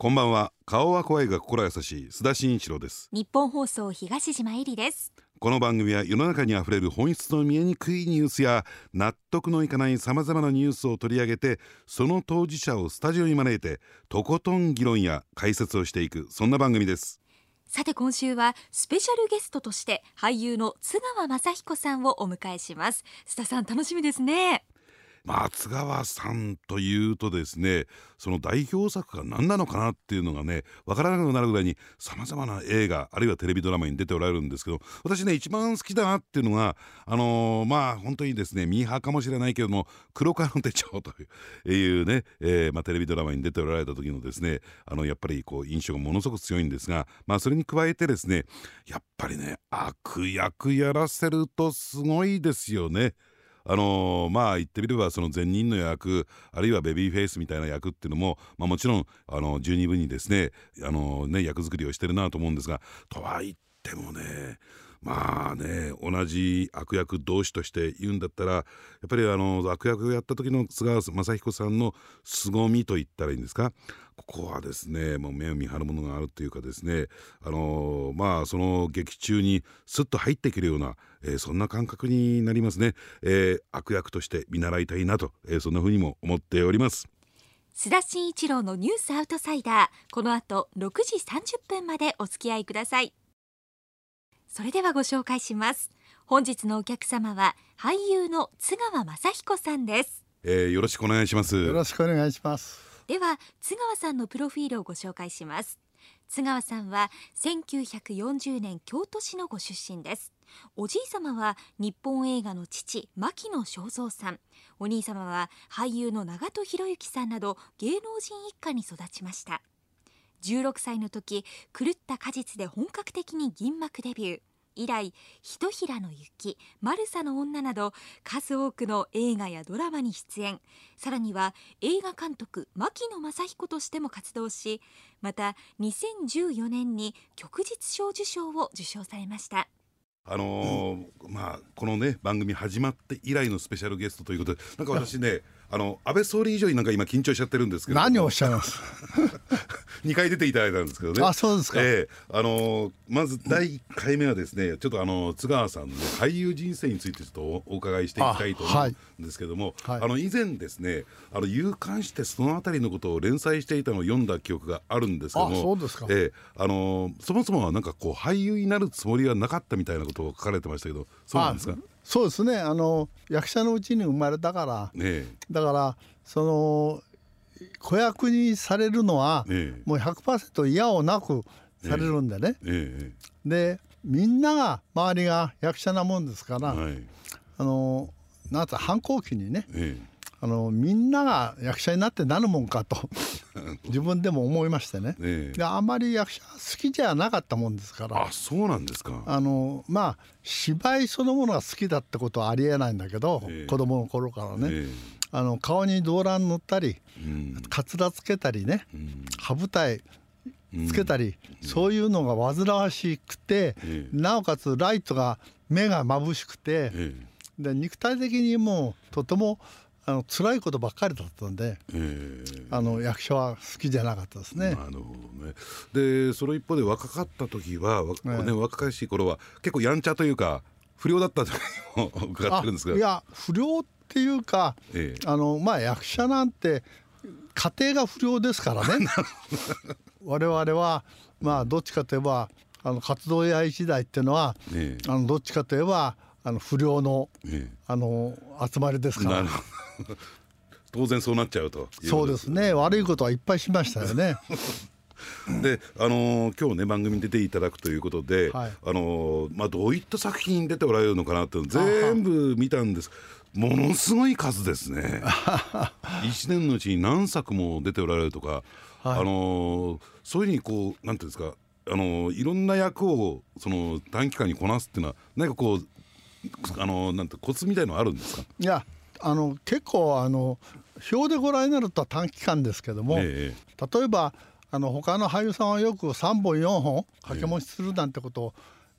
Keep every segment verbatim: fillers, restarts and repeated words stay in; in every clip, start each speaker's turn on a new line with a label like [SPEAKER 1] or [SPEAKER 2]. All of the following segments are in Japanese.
[SPEAKER 1] こんばんは。顔は怖いが心優しい須田慎一郎です。
[SPEAKER 2] 日本放送東島えりです。
[SPEAKER 1] この番組は世の中にあふれる本質の見えにくいニュースや納得のいかないさまざまなニュースを取り上げて、その当事者をスタジオに招いてとことん議論や解説をしていく、そんな番組です。
[SPEAKER 2] さて今週はスペシャルゲストとして俳優の津川雅彦さんをお迎えします。須田さん楽しみですね。
[SPEAKER 1] 松川さんというとですね、その代表作が何なのかなっていうのがね分からなくなるぐらいにさまざまな映画あるいはテレビドラマに出ておられるんですけど、私ね一番好きだなっていうのがあのー、まあ本当にですねミーハーかもしれないけども黒川の手帳というね、えーまあ、テレビドラマに出ておられた時のですねあのやっぱりこう印象がものすごく強いんですが、まあそれに加えてですねやっぱりね悪役やらせるとすごいですよね。あのー、まあ言ってみればその善人の役あるいはベビーフェイスみたいな役っていうのも、まあ、もちろんあの十二分にですね、あのー、ね役作りをしてるなと思うんですが、とは言ってもねまあね同じ悪役同士として言うんだったらやっぱりあの悪役をやった時の津川雅彦さんの凄みと言ったらいいんですか、ここはですねもう目を見張るものがあるというかですね、あのー、まあその劇中にスッと入っていけるような、えー、そんな感覚になりますね。えー、悪役として見習いたいなと、えー、そんな風にも思っております。
[SPEAKER 2] 須田慎一郎のニュースアウトサイダー、この後ろくじさんじゅっぷんまでお付き合いください。それではご紹介します。本日のお客様は俳優の津川雅彦さんです。
[SPEAKER 1] えー、よろしくお願いします。
[SPEAKER 3] よろしくお願いします。
[SPEAKER 2] では津川さんのプロフィールをご紹介します。津川さんはせんきゅうひゃくよんじゅうねん京都市のご出身です。おじい様は日本映画の父牧野正三さん、お兄様は俳優の長門博之さんなど芸能人一家に育ちました。じゅうろくさいの時、狂った果実で本格的に銀幕デビュー。以来、ひとひらの雪、マルサの女など数多くの映画やドラマに出演。さらには映画監督牧野正彦としても活動し、またにせんじゅうよねんに旭日小綬章を受章されました。
[SPEAKER 1] あのーうん、まあこのね番組始まって以来のスペシャルゲストということで、なんか私ねあの安倍総理以上になんか今緊張しちゃってるんですけど、
[SPEAKER 3] 何をおっしゃいます
[SPEAKER 1] にかい出ていただいたんですけどね。
[SPEAKER 3] あ、そうですか。
[SPEAKER 1] えーあのー、まずだいいっかいめはですねちょっとあの津川さんの俳優人生についてちょっとお伺いしていきたいと思うんですけども、あ、はい、あの以前ですねあの夕刊してそのあたりのことを連載していたのを読んだ記憶があるんですけども、
[SPEAKER 3] あ、そうですか。
[SPEAKER 1] えーあのー、そもそもはなんかこう俳優になるつもりはなかったみたいなことを書かれてましたけど、そうなんですか？
[SPEAKER 3] そうですね、あの役者のうちに生まれたから、ね、だからその子役にされるのは、ね、もう ひゃくパーセント 嫌をなくされるんでね、ねでみんなが周りが役者なもんですから、はい、あのなんか反抗期にね、ねあのみんなが役者になってなるもんかと自分でも思いましてね、ねであまり役者好きじゃなかったもんですから。
[SPEAKER 1] あ、そうなんですか。
[SPEAKER 3] あのまあ芝居そのものが好きだってことはありえないんだけど、ね、子供の頃からね、ねあの顔に動乱塗ったり、うん、かつらつけたりね、うん、歯舞台つけたり、うん、そういうのが煩わしくて、うん、なおかつライトが目が眩しくて、うん、で肉体的にもうとてもあの辛いことばっかりだったんで、えー、あの役者は好きじゃなかったですね。
[SPEAKER 1] なるほどね。でその一方で若かった時は、えーね、若いし頃は結構やんちゃというか不良だったとも伺ってるんですが。
[SPEAKER 3] いや不良っていうか、えーあのまあ、役者なんて家庭が不良ですからね我々は、まあ、どっちかといえばあの活動や時代っていうのは、えー、あのどっちかといえばあの不良の、ええ、あの集まりですから。なるほ
[SPEAKER 1] ど当然そうなっちゃうという。
[SPEAKER 3] そうですね、悪いことはいっぱいしましたよね
[SPEAKER 1] で、あのー、今日ね番組に出ていただくということで、はい、あのーまあ、どういった作品に出ておられるのかなって全部見たんです。ものすごい数ですねいちねんのうちに何作も出ておられるとか、はい、あのー、そういうふうにこうなんていうんですか、あのー、いろんな役をその短期間にこなすっていうのは何かこうあのなんてコツみたいのあるんですか？
[SPEAKER 3] いやあの結構あの表でご覧になると短期間ですけども、ええ、例えばあの他の俳優さんはよくさんぼんよんほん掛け持ちするなんてことを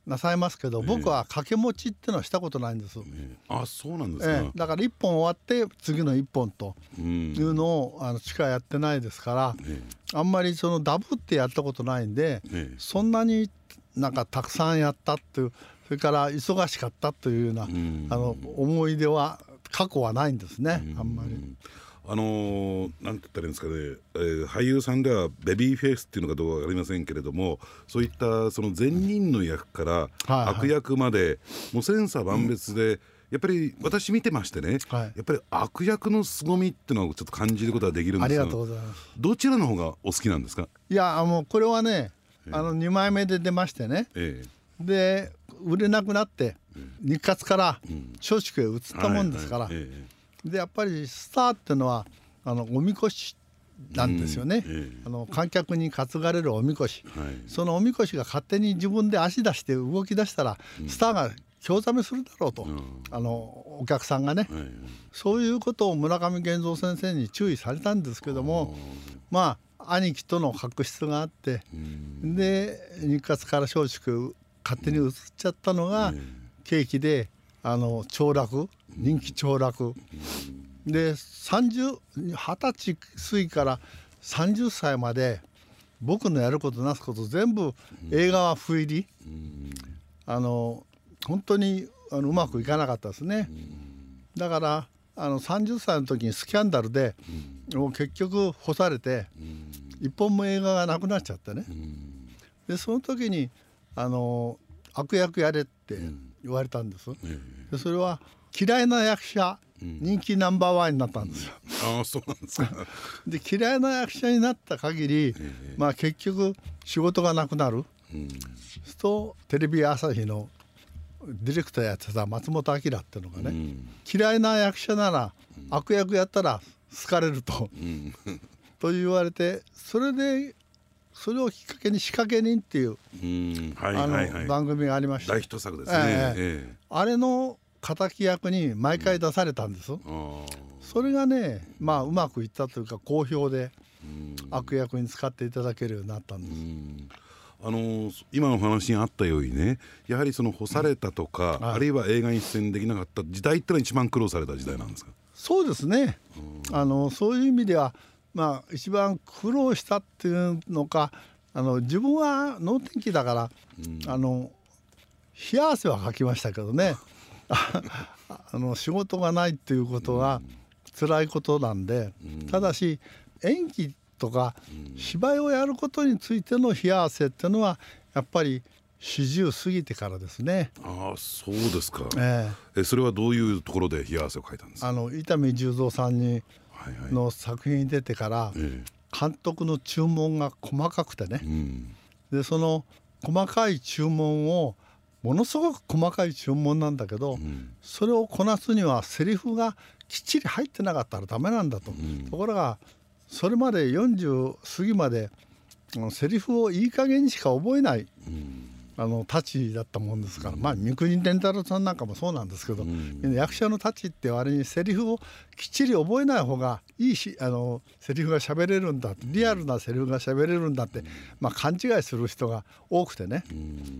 [SPEAKER 3] なさいますけど、僕は掛け持ちっていうのはしたことないんです。
[SPEAKER 1] あ、そうなんですか。
[SPEAKER 3] ええ、だからいっぽん終わって次のいっぽんというのをあのしかやってないですから、あんまりそのダブってやったことないんで、そんなになんかたくさんやったっていう、それから忙しかったというようなあの思い出は過去はないんですね、あんまり。
[SPEAKER 1] あのー、なんて言ったらいいんですかね、えー、俳優さんではベビーフェイスっていうのかどうか分かりませんけれども、そういったその善人の役から悪役まで、はいはい、もう千差万別で、うん、やっぱり私見てましてね、はい、やっぱり悪役の凄みっていうのをちょっと感じることができるんですが、
[SPEAKER 3] ありがとうございます。
[SPEAKER 1] どちらの方がお好きなんですか？
[SPEAKER 3] いや、もうこれはね、あのにまいめで出ましてね、ええ、で売れなくなって日活から松竹へ移ったもんですから、でやっぱりスターっていうのはあのおみこしなんですよね、うんええ、あの観客に担がれるおみこし、はい、そのおみこしが勝手に自分で足出して動き出したら、うん、スターが興ざめするだろうと、うん、あのお客さんがね、はい、そういうことを村上源三先生に注意されたんですけども、まあ兄貴との確執があって、うん、で日活から松竹勝手に移っちゃったのが契機であの凋落、人気凋落、うん、でさんじゅう、はたち過ぎからさんじゅっさいまで僕のやることなすこと全部映画は不入り、うん、あの本当にあのうまくいかなかったですね、うん、だからあのさんじゅっさいの時にスキャンダルで、うん、もう結局干されて、うん、一本も映画がなくなっちゃってね、うん、でその時にあの悪役やれって言われたんです、うん、でそれは嫌いな役者、うん、人気ナンバーワンになったんですよ、
[SPEAKER 1] うん、ああそうなんですか
[SPEAKER 3] で嫌いな役者になった限り、えー、まあ結局仕事がなくなる、うん、とテレビ朝日のディレクターやってた松本明っていうのがね、うん、嫌いな役者なら、うん、悪役やったら好かれると、うん、と言われて、それでそれをきっかけに仕掛け人っていう、うんはいはいはい、あの番組がありました。
[SPEAKER 1] 大ヒット作ですね、えーえー、
[SPEAKER 3] あれの敵役に毎回出されたんです、うん、それがね、まあうまくいったというか好評で、うん、悪役に使っていただけるようになったんです、うん、
[SPEAKER 1] あの今の話にあったようにね、やはりその干されたとか、うん、あるいは映画に出演できなかった時代ってのは一番苦労された時代なんですか？
[SPEAKER 3] そうですね、うん、あのそういう意味ではまあ一番苦労したっていうのか、あの自分は能天気だから、うん、あの冷や汗はかきましたけどねあの仕事がないっていうことは辛いことなんで、うん、ただし演技とか芝居をやることについての冷や汗っていうのはやっぱりよんじゅう過ぎてからですね。
[SPEAKER 1] ああそうですか、えー、えそれはどういうところで冷や汗をかいたんですか？
[SPEAKER 3] あの伊丹十三さんにの作品に出てから監督の注文が細かくてね、うん、でその細かい注文をものすごく細かい注文なんだけど、うん、それをこなすにはセリフがきっちり入ってなかったらダメなんだと、うん、ところがそれまでよんじゅう過ぎまでセリフをいい加減にしか覚えない、うん、あのタチだったもんですから、うん、まあ三國連太郎さんなんかもそうなんですけど、うん、役者のタチってあれにセリフをきっちり覚えない方がいいし、あのセリフが喋れるんだ、リアルなセリフが喋れるんだって、まあ、勘違いする人が多くてね、うん、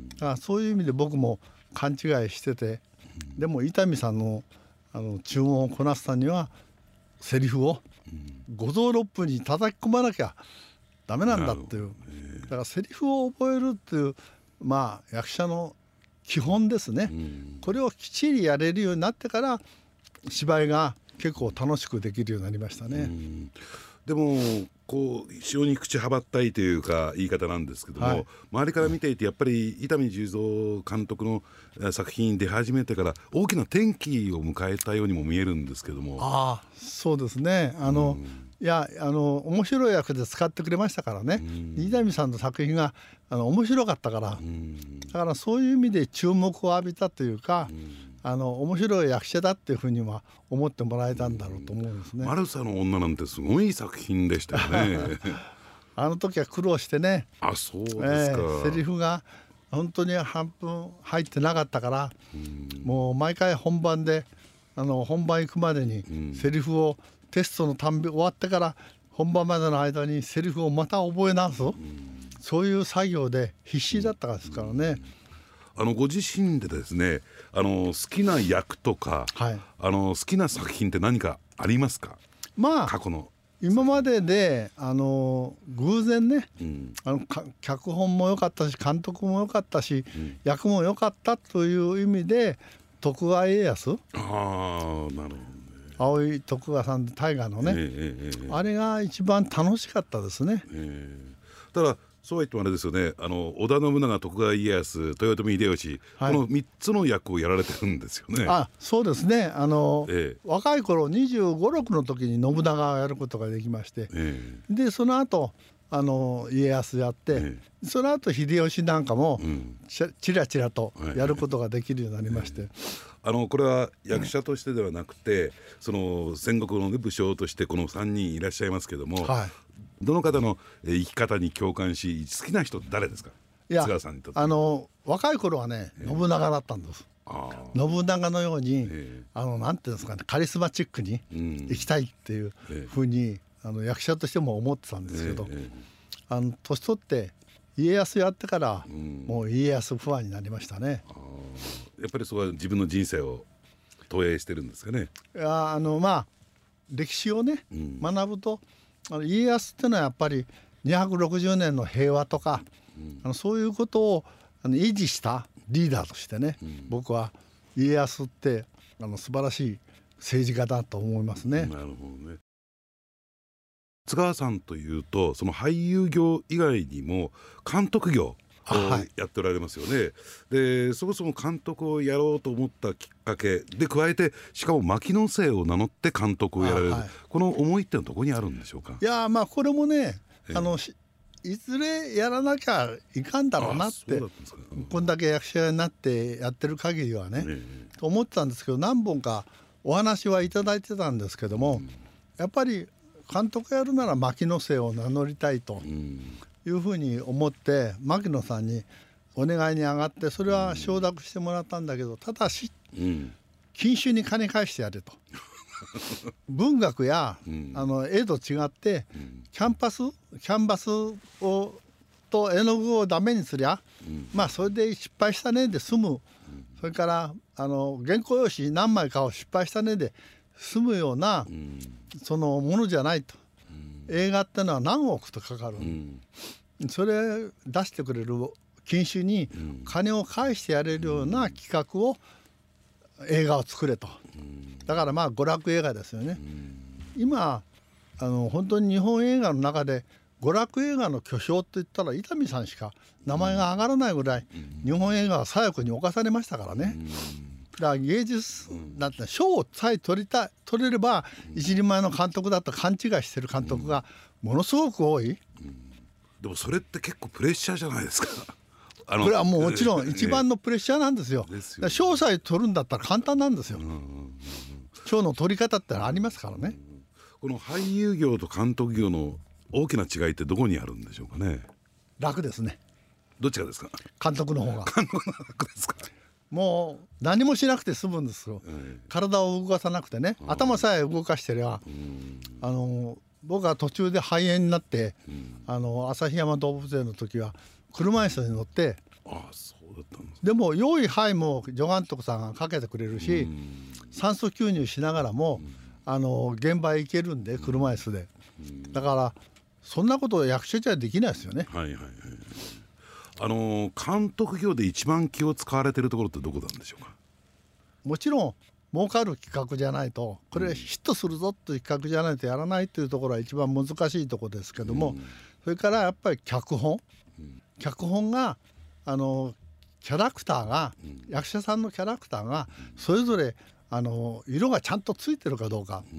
[SPEAKER 3] だからそういう意味で僕も勘違いしてて、でも伊丹さんの、あの注文をこなすためにはセリフを五臓六腑に叩き込まなきゃダメなんだっていう、だからセリフを覚えるっていう、まあ役者の基本ですね、うん、これをきっちりやれるようになってから芝居が結構楽しくできるようになりましたね、うん、
[SPEAKER 1] でもこう非常に口はばったいというか言い方なんですけども、はい、周りから見ていてやっぱり伊丹十三監督の作品に出始めてから大きな転機を迎えたようにも見えるんですけども。
[SPEAKER 3] ああそうですね、あの、うん、いやあの面白い役で使ってくれましたからね、うん、伊丹さんの作品があの面白かったから、うん、だからそういう意味で注目を浴びたというか、うん、あの面白い役者だっていうふうには思ってもらえたんだろうと思うんですね、うん、
[SPEAKER 1] マルサの女なんてすごい作品でしたよね
[SPEAKER 3] あの時は苦労してね。
[SPEAKER 1] あそうですか、え
[SPEAKER 3] ー、セリフが本当に半分入ってなかったから、うん、もう毎回本番であの本番行くまでにセリフをテストのたんび終わってから本番までの間にセリフをまた覚え直す、うん、そういう作業で必死だったですからね、
[SPEAKER 1] あのご自身でですね、あの好きな役とか、はい、あの好きな作品って何かありますか？
[SPEAKER 3] まあ
[SPEAKER 1] 過去の
[SPEAKER 3] 今までであの偶然ね、うん、あの脚本も良かったし監督も良かったし、うん、役も良かったという意味で徳川家康、
[SPEAKER 1] あーなるほどね、
[SPEAKER 3] 青い徳川さん大河のね、えーえー、あれが一番楽しかったですね。
[SPEAKER 1] えー、ただそうは言ってもあれですよね、あの織田信長、徳川家康、豊臣秀吉、はい、このみっつの役をやられてるんですよね。
[SPEAKER 3] あ、そうですね、あの、ええ、若い頃にじゅうご、ろくの時に信長をやることができまして、ええ、でその後あの家康やって、ええ、その後秀吉なんかも、うん、ちらちらとやることができるようになりまして、ええ、
[SPEAKER 1] あのこれは役者としてではなくて、うん、その戦国の、ね、武将としてこのさんにんいらっしゃいますけども、はい、どの方の生き方に共感し好きな人誰ですか？
[SPEAKER 3] いや、津さんにとってあの若い頃はね、えー、信長だったんです。信長のように、えー、あのなんていうんですかね、カリスマチックに生きたいっていうふうに、えー、あの役者としても思ってたんですけど、えー、あの年取って家康やってから、うん、もう家康ファンになりましたね。あ、
[SPEAKER 1] やっぱりそこは自分の人生を投影してるんですかね。
[SPEAKER 3] いや、あのまあ歴史をね、うん、学ぶとあの家康っていうのはやっぱりにひゃくろくじゅうねんの平和とか、うん、あのそういうことをあの維持したリーダーとしてね、うん、僕は家康ってあの素晴らしい政治家だと思いますね。
[SPEAKER 1] なるほどね。津川さんというとその俳優業以外にも監督業をやっておられますよね。はい、でそもそも監督をやろうと思ったきっかけで加えて、しかも牧野姓を名乗って監督をやられる、はい、この思いってのはどこにあるんでしょうか？
[SPEAKER 3] いや、まあこれもね、あのいずれやらなきゃいかんだろうなって、こんだけ役者になってやってる限りはね、と思ってたんですけど、何本かお話はいただいてたんですけども、うん、やっぱり監督やるなら牧野姓を名乗りたいというふうに思って牧野さんにお願いに上がって、それは承諾してもらったんだけど、ただし、うん、禁酒に金返してやれと文学や、うん、あの絵と違って、うん、キャンパスキャンバスをと絵の具をダメにすりゃ、うん、まあそれで失敗したねで済む、うん、それからあの原稿用紙何枚かを失敗したねで済むような、うん、そのものじゃないと、うん、映画ってのは何億とかかる、うん、それ出してくれる禁酒に金を返してやれるような企画を映画を作れと、うん、だからまあ娯楽映画ですよね、うん、今あの本当に日本映画の中で娯楽映画の巨匠って言ったら伊丹さんしか名前が上がらないぐらい、うん、日本映画は左翼に侵されましたからね、うん、だから芸術だって賞さえ取りたい取れれば一人前の監督だと勘違いしてる監督がものすごく多い、うん、
[SPEAKER 1] でもそれって結構プレッシャーじゃないですか。
[SPEAKER 3] あのこれはもうもちろん一番のプレッシャーなんですよ。賞さえ取るんだったら簡単なんですよ。賞の取り方ってありますからね。
[SPEAKER 1] この俳優業と監督業の大きな違いってどこにあるんでしょうかね。
[SPEAKER 3] 楽ですね。
[SPEAKER 1] どっちがですか？
[SPEAKER 3] 監督の方が。
[SPEAKER 1] 監督の方が楽ですか？
[SPEAKER 3] もう何もしなくて済むんですよ、えー、体を動かさなくてね、頭さえ動かしてりゃ、あの僕は途中で肺炎になって、あの旭山動物園の時は車椅子に乗って、
[SPEAKER 1] ああそうだったんです。
[SPEAKER 3] でも良い肺も助監督さんがかけてくれるし、酸素吸入しながらもあの現場へ行けるんで、車椅子で。だからそんなこと役者じゃできないですよね。
[SPEAKER 1] はいはいはい。あの監督業で一番気を使われてるところってどこなんでしょうか？
[SPEAKER 3] もちろん儲かる企画じゃないと、これヒットするぞという企画じゃないとやらないというところは一番難しいところですけども、うん、それからやっぱり脚本、うん、脚本があのキャラクターが、うん、役者さんのキャラクターがそれぞれあの色がちゃんとついてるかどうか、うん、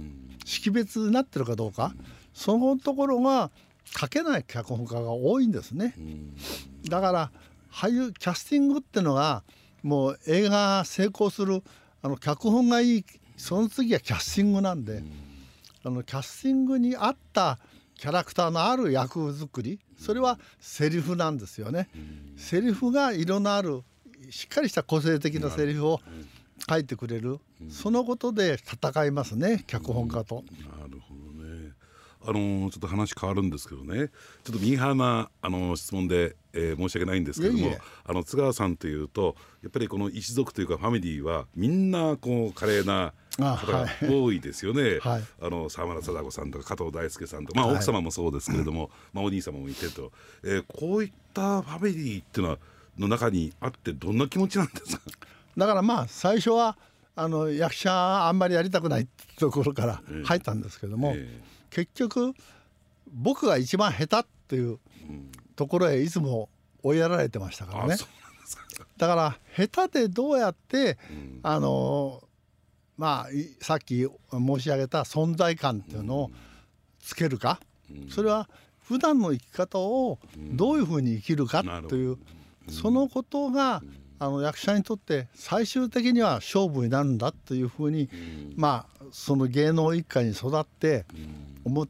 [SPEAKER 3] 識別になってるかどうか、うん、そのところが書けない脚本家が多いんですね、うん、だから俳優キャスティングってのがもう映画成功するあの脚本がいい、その次はキャスティングなんで、うん、あのキャスティングに合ったキャラクターのある役作り、それはセリフなんですよね、うん、セリフが色のあるしっかりした個性的なセリフを書いてくれる、うん、そのことで戦いますね、脚本家と、
[SPEAKER 1] うん、なるほどね。 あのちょっと話変わるんですけどね、ちょっとミーハーなあの質問で、えー、申し訳ないんですけども、いえいえ、あの津川さんというとやっぱりこの一族というかファミリーはみんなこう華麗な方が多いですよね。はい、あの沢村貞子さんとか加藤大輔さんとか、まあ、奥様もそうですけれども、はい、まあ、お兄様もいてと、えー、こういったファミリーっていうのはの中にあってどんな気持ちなんですか？
[SPEAKER 3] だからまあ最初はあの役者あんまりやりたくないところから入ったんですけども、えーえー、結局僕が一番下手っていうところへいつも追いやられてましたからね。だから下手でどうやって、うん、あのまあさっき申し上げた存在感っていうのをつけるか、うん、それは普段の生き方をどういうふうに生きるかという、うん、そのことが、うん、あの役者にとって最終的には勝負になるんだというふうに、うん、まあその芸能一家に育って思って、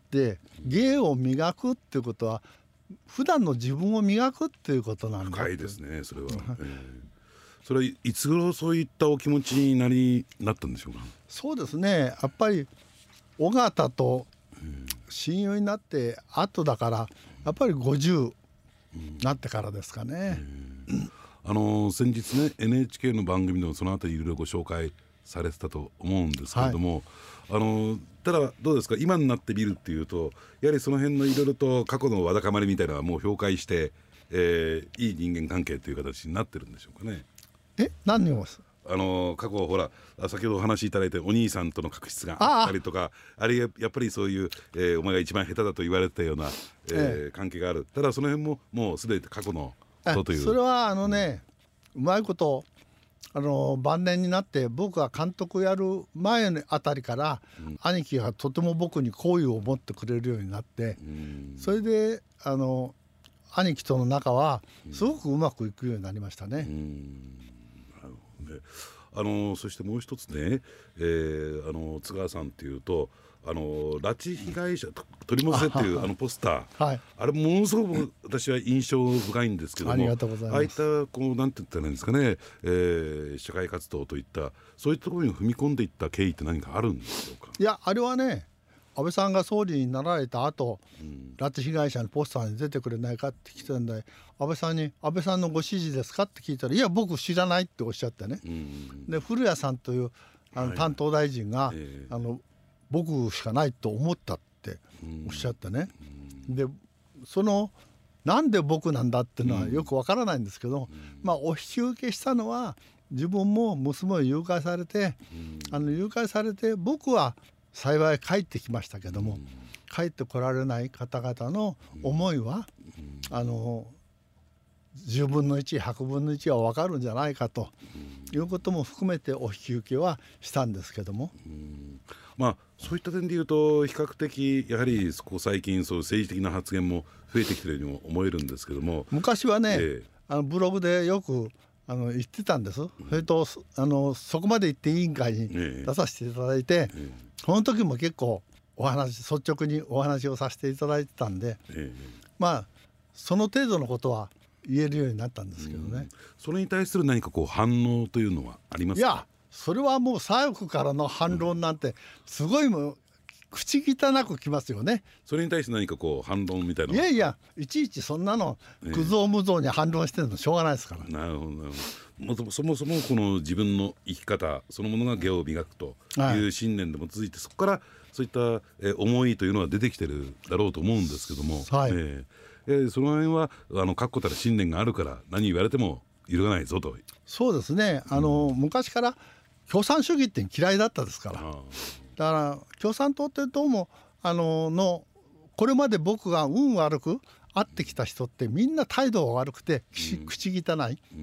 [SPEAKER 3] うん、芸を磨くっていうことは普段の自分を磨くっていうことなんだ。
[SPEAKER 1] 深いですねそれは。えー、それはいつ頃そういったお気持ちになりなったんでしょうか？
[SPEAKER 3] そうですね、やっぱり尾形と親友になって後だからやっぱりごじゅうになってからですかね。
[SPEAKER 1] うんうん、あの先日ね エヌエイチケー の番組でもそのあたりいろいろご紹介されてたと思うんですけれども、はい、あのただどうですか今になってみるっていうとやはりその辺のいろいろと過去のわだかまりみたいなのはもう評価して、えー、いい人間関係という形になってるんでしょうかね？
[SPEAKER 3] え何を
[SPEAKER 1] あの過去ほら先ほどお話しいただいてお兄さんとの確執があったりとか あ, あれやっぱりそういう、えー、お前が一番下手だと言われたような、えーええ、関係がある。ただその辺ももうすでに過去のことという。
[SPEAKER 3] それはあのね、うん、うまいことあの晩年になって僕が監督やる前のあたりから、うん、兄貴がとても僕に好意を持ってくれるようになって、うん、それであの兄貴との仲はすごくうまくいくようになりましたね。うん、
[SPEAKER 1] なるほどね。あのそしてもう一つね、えー、あの津川さんっていうとあの拉致被害者取り戻せっていうあのポスター、はい、あれものすごく私は印象深いんですけども、ありがとうございます。ああいったこうなんて言ったらいいんですかね、えー、社会活動といったそういったところに踏み込んでいった経緯って何かあるんでしょうか？
[SPEAKER 3] いやあれはね、安倍さんが総理になられた後、うん、拉致被害者のポスターに出てくれないかって聞いたんで、安倍さんに安倍さんのご指示ですかって聞いたら、いや僕知らないっておっしゃってね、うん、で古谷さんというあの担当大臣が、はい、えー、あの僕しかないと思ったっておっしゃってね、うん、でそのなんで僕なんだっていうのはよくわからないんですけど、うん、まあお引き受けしたのは自分も娘を誘拐されて、うん、あの誘拐されて僕は幸い帰ってきましたけども、うん、帰ってこられない方々の思いは、うん、あのじゅうぶんのいちひゃくぶんのいちは分かるんじゃないかということも含めてお引き受けはしたんですけども、うん、
[SPEAKER 1] まあそういった点でいうと比較的やはりここ最近そう政治的な発言も増えてきているようにも思えるんですけども、
[SPEAKER 3] 昔はね、えー、あのブログでよくあの言ってたんです、うん、それとあのそこまで言って委員会に出させていただいて、えーえー、その時も結構お話率直にお話をさせていただいてたんで、えー、まあその程度のことは言えるようになったんですけどね、うん、
[SPEAKER 1] それに対する何かこう反応というのはありますか？
[SPEAKER 3] いやそれはもう左翼からの反論なんてすごいもう口汚くきますよね。
[SPEAKER 1] それに対して何かこう反論みたいな。
[SPEAKER 3] いやいやいちいちそんなの愚造無造に反論してるのしょうがないですから、
[SPEAKER 1] えー、なるほどなるほど。もそもそもこの自分の生き方そのものが芸を磨くという信念でも続いて、はい、そこからそういった、えー、思いというのは出てきてるだろうと思うんですけども、はい、えーえー、その辺はあの確固たる信念があるから何言われても揺るがないぞと。
[SPEAKER 3] そうですね、あの、うん、昔から共産主義って嫌いだったですから、だから共産党ってどうもあののこれまで僕が運悪く会ってきた人ってみんな態度が悪くて、うん、口汚い、うん、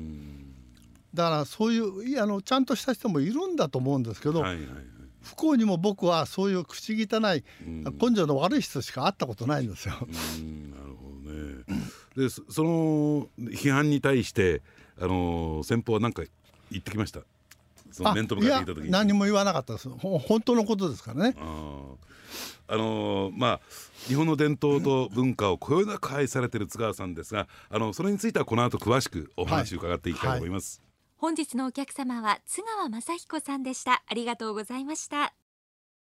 [SPEAKER 3] だからそういうあのちゃんとした人もいるんだと思うんですけど、はいはいはい、不幸にも僕はそういう口汚い、うん、根性の悪い人しか会ったことないんですよ。うん、なる
[SPEAKER 1] ほどね。でその批判に対してあの先方は何か言ってきました？その面と向かっていた時に。
[SPEAKER 3] いや何も言わなかったです。本当のことですからね。
[SPEAKER 1] ああのー、まあ日本の伝統と文化をこよなく愛されている津川さんですが、あのそれについてはこの後詳しくお話を伺っていきたいと思います、はいはい、
[SPEAKER 2] 本日のお客様は津川雅彦さんでした。ありがとうございました。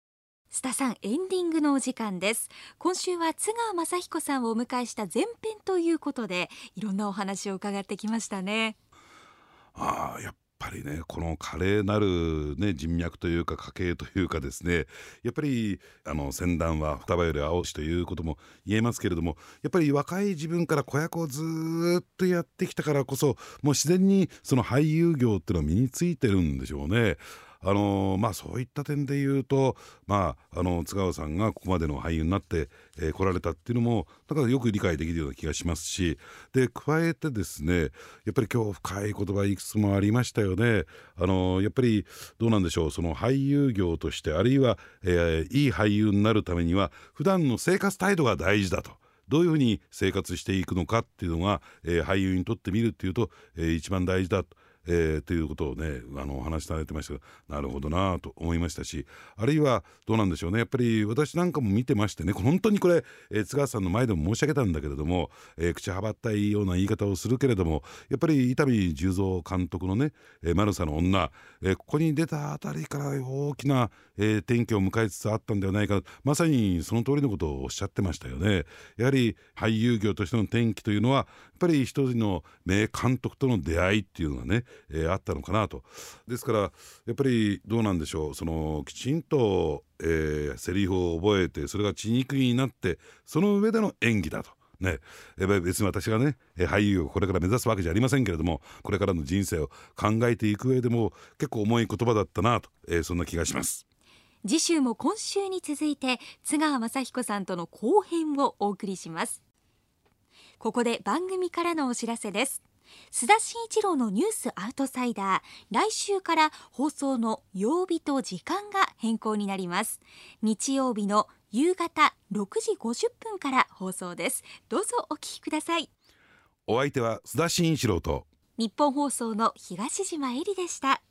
[SPEAKER 2] 須田さん、エンディングのお時間です。今週は津川雅彦さんをお迎えした前編ということで、いろんなお話を伺ってきましたね。
[SPEAKER 1] ああ、やっぱりね、この華麗なる、ね、人脈というか家系というかですね、やっぱりあの先団は双葉より青しということも言えますけれども、やっぱり若い自分から子役をずっとやってきたからこそ、もう自然にその俳優業っていうのは身についてるんでしょうね。あのーまあ、そういった点で言うと、まあ、あの津川さんがここまでの俳優になってこ、えー、来られたっていうのもだからよく理解できるような気がしますし、で加えてですね、やっぱり今日深い言葉いくつもありましたよね。あのーやっぱりどうなんでしょう、その俳優業としてあるいは、えー、いい俳優になるためには普段の生活態度が大事だと。どういうふうに生活していくのかっていうのが、えー、俳優にとってみるっていうと、えー、一番大事だと。えー、ということをね、あのお話しされてましたが、なるほどなと思いましたし、あるいはどうなんでしょうね、やっぱり私なんかも見てましてね、本当にこれ、えー、津川さんの前でも申し上げたんだけれども、えー、口はばったいような言い方をするけれども、やっぱり伊丹十三監督のね、えー、マルサの女、えー、ここに出たあたりから大きな、えー、転機を迎えつつあったんではないか、まさにその通りのことをおっしゃってましたよね。やはり俳優業としての転機というのはやっぱり一人の名監督との出会いっていうのがね、えー、あったのかなと。ですからやっぱりどうなんでしょう、そのきちんと、えー、セリフを覚えてそれが血肉になってその上での演技だと。ね、別に私がね俳優をこれから目指すわけじゃありませんけれども、これからの人生を考えていく上でも結構重い言葉だったなと、えー、そんな気がします。
[SPEAKER 2] 次週も今週に続いて津川雅彦さんとの後編をお送りします。ここで番組からのお知らせです。須田慎一郎のニュースアウトサイダー、来週から放送の曜日と時間が変更になります。日曜日の夕方ろくじごじゅっぷんから放送です。どうぞお聞きください。
[SPEAKER 1] お相手は須田慎一郎と
[SPEAKER 2] 日本放送の東島えりでした。